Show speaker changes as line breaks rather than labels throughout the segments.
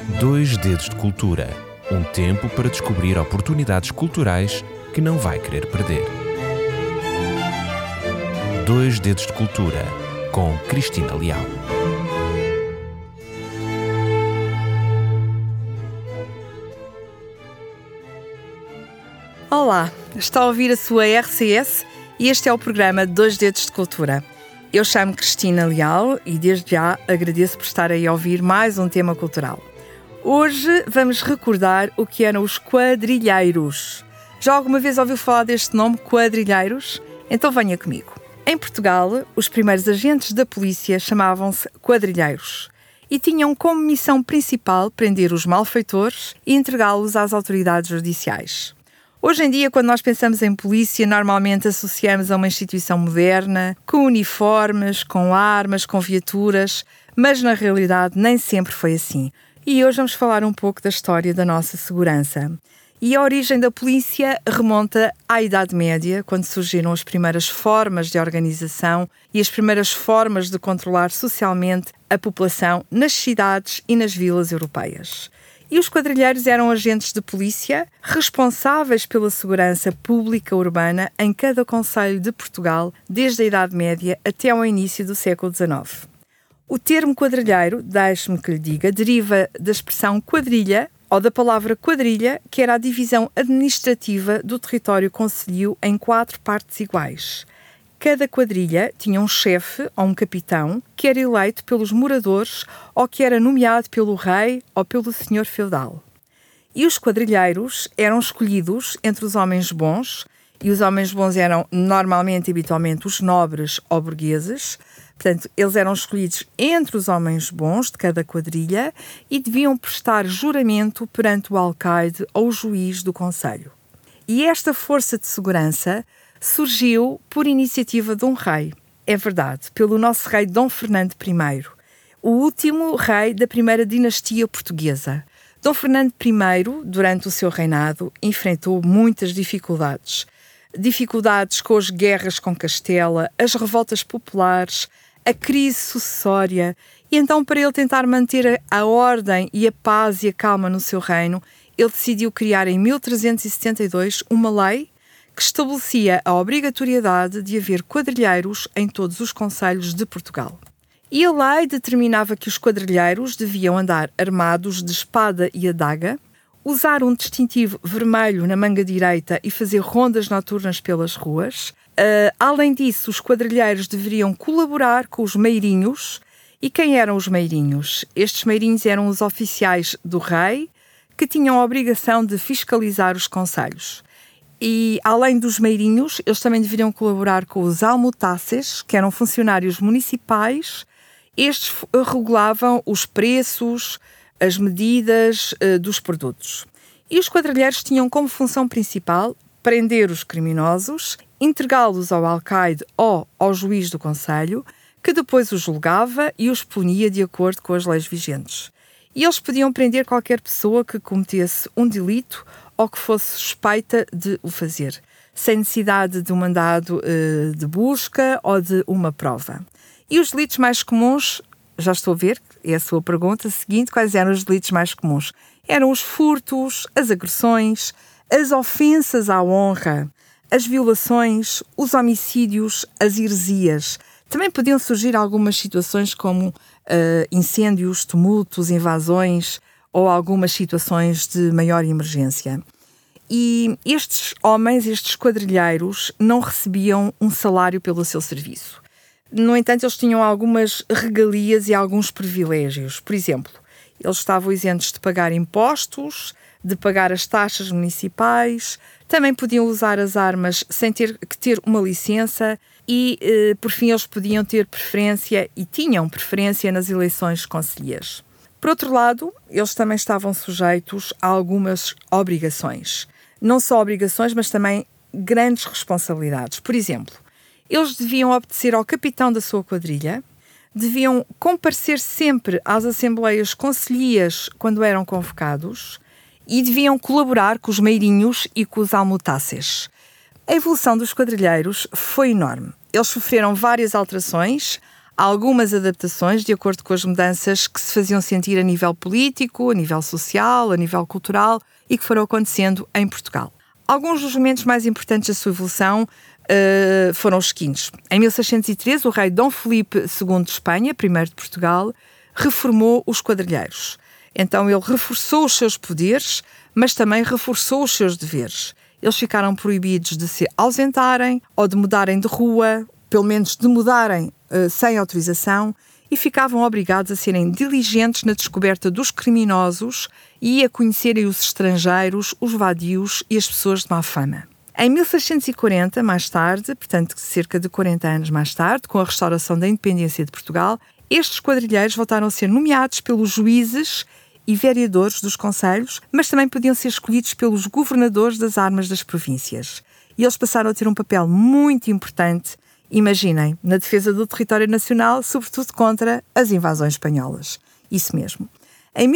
Dois Dedos de Cultura. Um tempo para descobrir oportunidades culturais que não vai querer perder. Dois Dedos de Cultura, com Cristina Leal.
Olá, está a ouvir a sua RCS e este é o programa Dois Dedos de Cultura. Eu chamo Cristina Leal e desde já agradeço por estar aí a ouvir mais um tema cultural. Hoje vamos recordar o que eram os quadrilheiros. Já alguma vez ouviu falar deste nome, quadrilheiros? Então venha comigo. Em Portugal, os primeiros agentes da polícia chamavam-se quadrilheiros e tinham como missão principal prender os malfeitores e entregá-los às autoridades judiciais. Hoje em dia, quando nós pensamos em polícia, normalmente associamos a uma instituição moderna, com uniformes, com armas, com viaturas, mas na realidade nem sempre foi assim. E hoje vamos falar um pouco da história da nossa segurança. E a origem da polícia remonta à Idade Média, quando surgiram as primeiras formas de organização e as primeiras formas de controlar socialmente a população nas cidades e nas vilas europeias. E os quadrilheiros eram agentes de polícia responsáveis pela segurança pública urbana em cada concelho de Portugal, desde a Idade Média até ao início do século XIX. O termo quadrilheiro, deixe-me que lhe diga, deriva da expressão quadrilha ou da palavra quadrilha, que era a divisão administrativa do território concelhio em 4 partes iguais. Cada quadrilha tinha um chefe ou um capitão que era eleito pelos moradores ou que era nomeado pelo rei ou pelo senhor feudal. E os quadrilheiros eram escolhidos entre os homens bons, e os homens bons eram normalmente, habitualmente, os nobres ou burgueses. Portanto, eles eram escolhidos entre os homens bons de cada quadrilha e deviam prestar juramento perante o alcaide ou o juiz do concelho. E esta força de segurança surgiu por iniciativa de um rei. É verdade, pelo nosso rei Dom Fernando I, o último rei da primeira dinastia portuguesa. Dom Fernando I, durante o seu reinado, enfrentou muitas dificuldades. Dificuldades com as guerras com Castela, as revoltas populares, a crise sucessória. E então, para ele tentar manter a ordem e a paz e a calma no seu reino, ele decidiu criar em 1372 uma lei que estabelecia a obrigatoriedade de haver quadrilheiros em todos os concelhos de Portugal. E a lei determinava que os quadrilheiros deviam andar armados de espada e adaga, usar um distintivo vermelho na manga direita e fazer rondas noturnas pelas ruas. Além disso, os quadrilheiros deveriam colaborar com os meirinhos. E quem eram os meirinhos? Estes meirinhos eram os oficiais do rei, que tinham a obrigação de fiscalizar os concelhos. E, além dos meirinhos, eles também deveriam colaborar com os almutaces, que eram funcionários municipais. Estes regulavam os preços, as medidas dos produtos. E os quadrilheiros tinham como função principal prender os criminosos, entregá-los ao alcaide ou ao juiz do concelho, que depois os julgava e os punia de acordo com as leis vigentes. E eles podiam prender qualquer pessoa que cometesse um delito ou que fosse suspeita de o fazer, sem necessidade de um mandado de busca ou de uma prova. E os delitos mais comuns, já estou a ver, é a sua pergunta seguinte, quais eram os delitos mais comuns? Eram os furtos, as agressões, as ofensas à honra, as violações, os homicídios, as heresias. Também podiam surgir algumas situações como incêndios, tumultos, invasões ou algumas situações de maior emergência. E estes homens, estes quadrilheiros, não recebiam um salário pelo seu serviço. No entanto, eles tinham algumas regalias e alguns privilégios. Por exemplo, eles estavam isentos de pagar impostos, de pagar as taxas municipais, também podiam usar as armas sem ter que ter uma licença e, por fim, eles podiam ter preferência e tinham preferência nas eleições concelhias. Por outro lado, eles também estavam sujeitos a algumas obrigações. Não só obrigações, mas também grandes responsabilidades. Por exemplo, eles deviam obedecer ao capitão da sua quadrilha, deviam comparecer sempre às assembleias concelhias quando eram convocados e deviam colaborar com os meirinhos e com os almutaces. A evolução dos quadrilheiros foi enorme. Eles sofreram várias alterações. algumas adaptações de acordo com as mudanças que se faziam sentir a nível político, a nível social, a nível cultural e que foram acontecendo em Portugal. Alguns dos momentos mais importantes da sua evolução foram os seguintes. Em 1613, o rei Dom Filipe II de Espanha, primeiro de Portugal, reformou os quadrilheiros. Então ele reforçou os seus poderes, mas também reforçou os seus deveres. Eles ficaram proibidos de se ausentarem ou de mudarem de rua, pelo menos de mudarem sem autorização, e ficavam obrigados a serem diligentes na descoberta dos criminosos e a conhecerem os estrangeiros, os vadios e as pessoas de má fama. Em 1640, mais tarde, portanto cerca de 40 anos mais tarde, com a restauração da independência de Portugal, estes quadrilheiros voltaram a ser nomeados pelos juízes e vereadores dos concelhos, mas também podiam ser escolhidos pelos governadores das armas das províncias. E eles passaram a ter um papel muito importante, imaginem, na defesa do território nacional, sobretudo contra as invasões espanholas. Isso mesmo. Em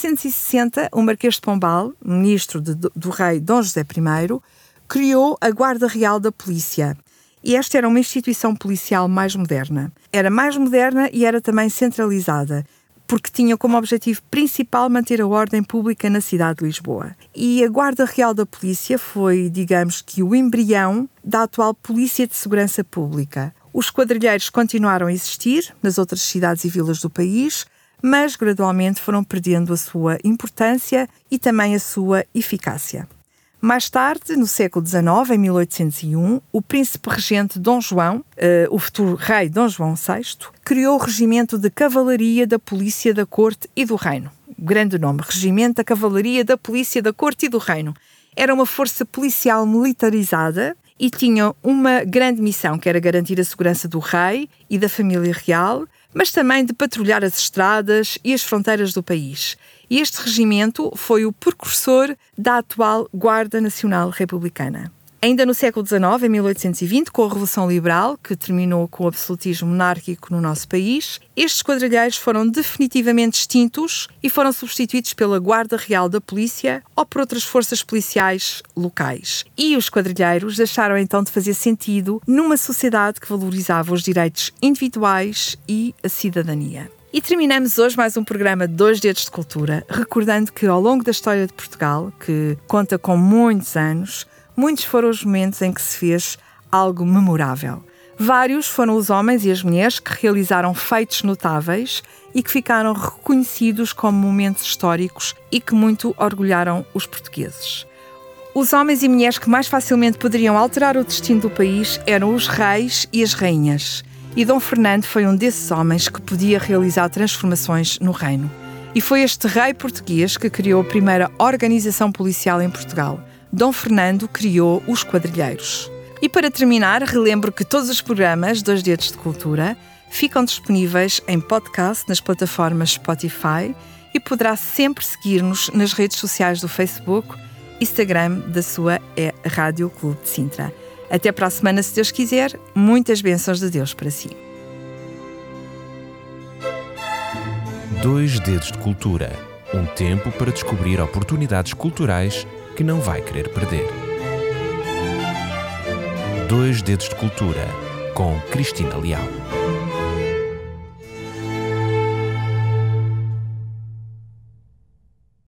1760, o Marquês de Pombal, ministro do rei Dom José I, criou a Guarda Real da Polícia. E esta era uma instituição policial mais moderna. Era mais moderna e era também centralizada, porque tinha como objetivo principal manter a ordem pública na cidade de Lisboa. E a Guarda Real da Polícia foi, digamos que, o embrião da atual Polícia de Segurança Pública. Os quadrilheiros continuaram a existir nas outras cidades e vilas do país, mas gradualmente foram perdendo a sua importância e também a sua eficácia. Mais tarde, no século XIX, em 1801, o príncipe regente Dom João, o futuro rei Dom João VI, criou o Regimento de Cavalaria da Polícia da Corte e do Reino. Grande nome, Regimento da Cavalaria da Polícia da Corte e do Reino. Era uma força policial militarizada e tinha uma grande missão, que era garantir a segurança do rei e da família real, mas também de patrulhar as estradas e as fronteiras do país. E este regimento foi o precursor da atual Guarda Nacional Republicana. Ainda no século XIX, em 1820, com a Revolução Liberal, que terminou com o absolutismo monárquico no nosso país, estes quadrilheiros foram definitivamente extintos e foram substituídos pela Guarda Real da Polícia ou por outras forças policiais locais. E os quadrilheiros deixaram então de fazer sentido numa sociedade que valorizava os direitos individuais e a cidadania. E terminamos hoje mais um programa de 2 Dedos de Cultura, recordando que ao longo da história de Portugal, que conta com muitos anos, muitos foram os momentos em que se fez algo memorável. Vários foram os homens e as mulheres que realizaram feitos notáveis e que ficaram reconhecidos como momentos históricos e que muito orgulharam os portugueses. Os homens e mulheres que mais facilmente poderiam alterar o destino do país eram os reis e as rainhas. E Dom Fernando foi um desses homens que podia realizar transformações no reino. E foi este rei português que criou a primeira organização policial em Portugal. Dom Fernando criou os quadrilheiros. E para terminar, relembro que todos os programas 2 Dedos de Cultura ficam disponíveis em podcast nas plataformas Spotify e poderá sempre seguir-nos nas redes sociais do Facebook, Instagram da sua Rádio Clube de Sintra. Até para a semana, se Deus quiser. Muitas bênçãos de Deus para si.
2 Dedos de Cultura. Um tempo para descobrir oportunidades culturais que não vai querer perder. 2 Dedos de Cultura, com Cristina Leal.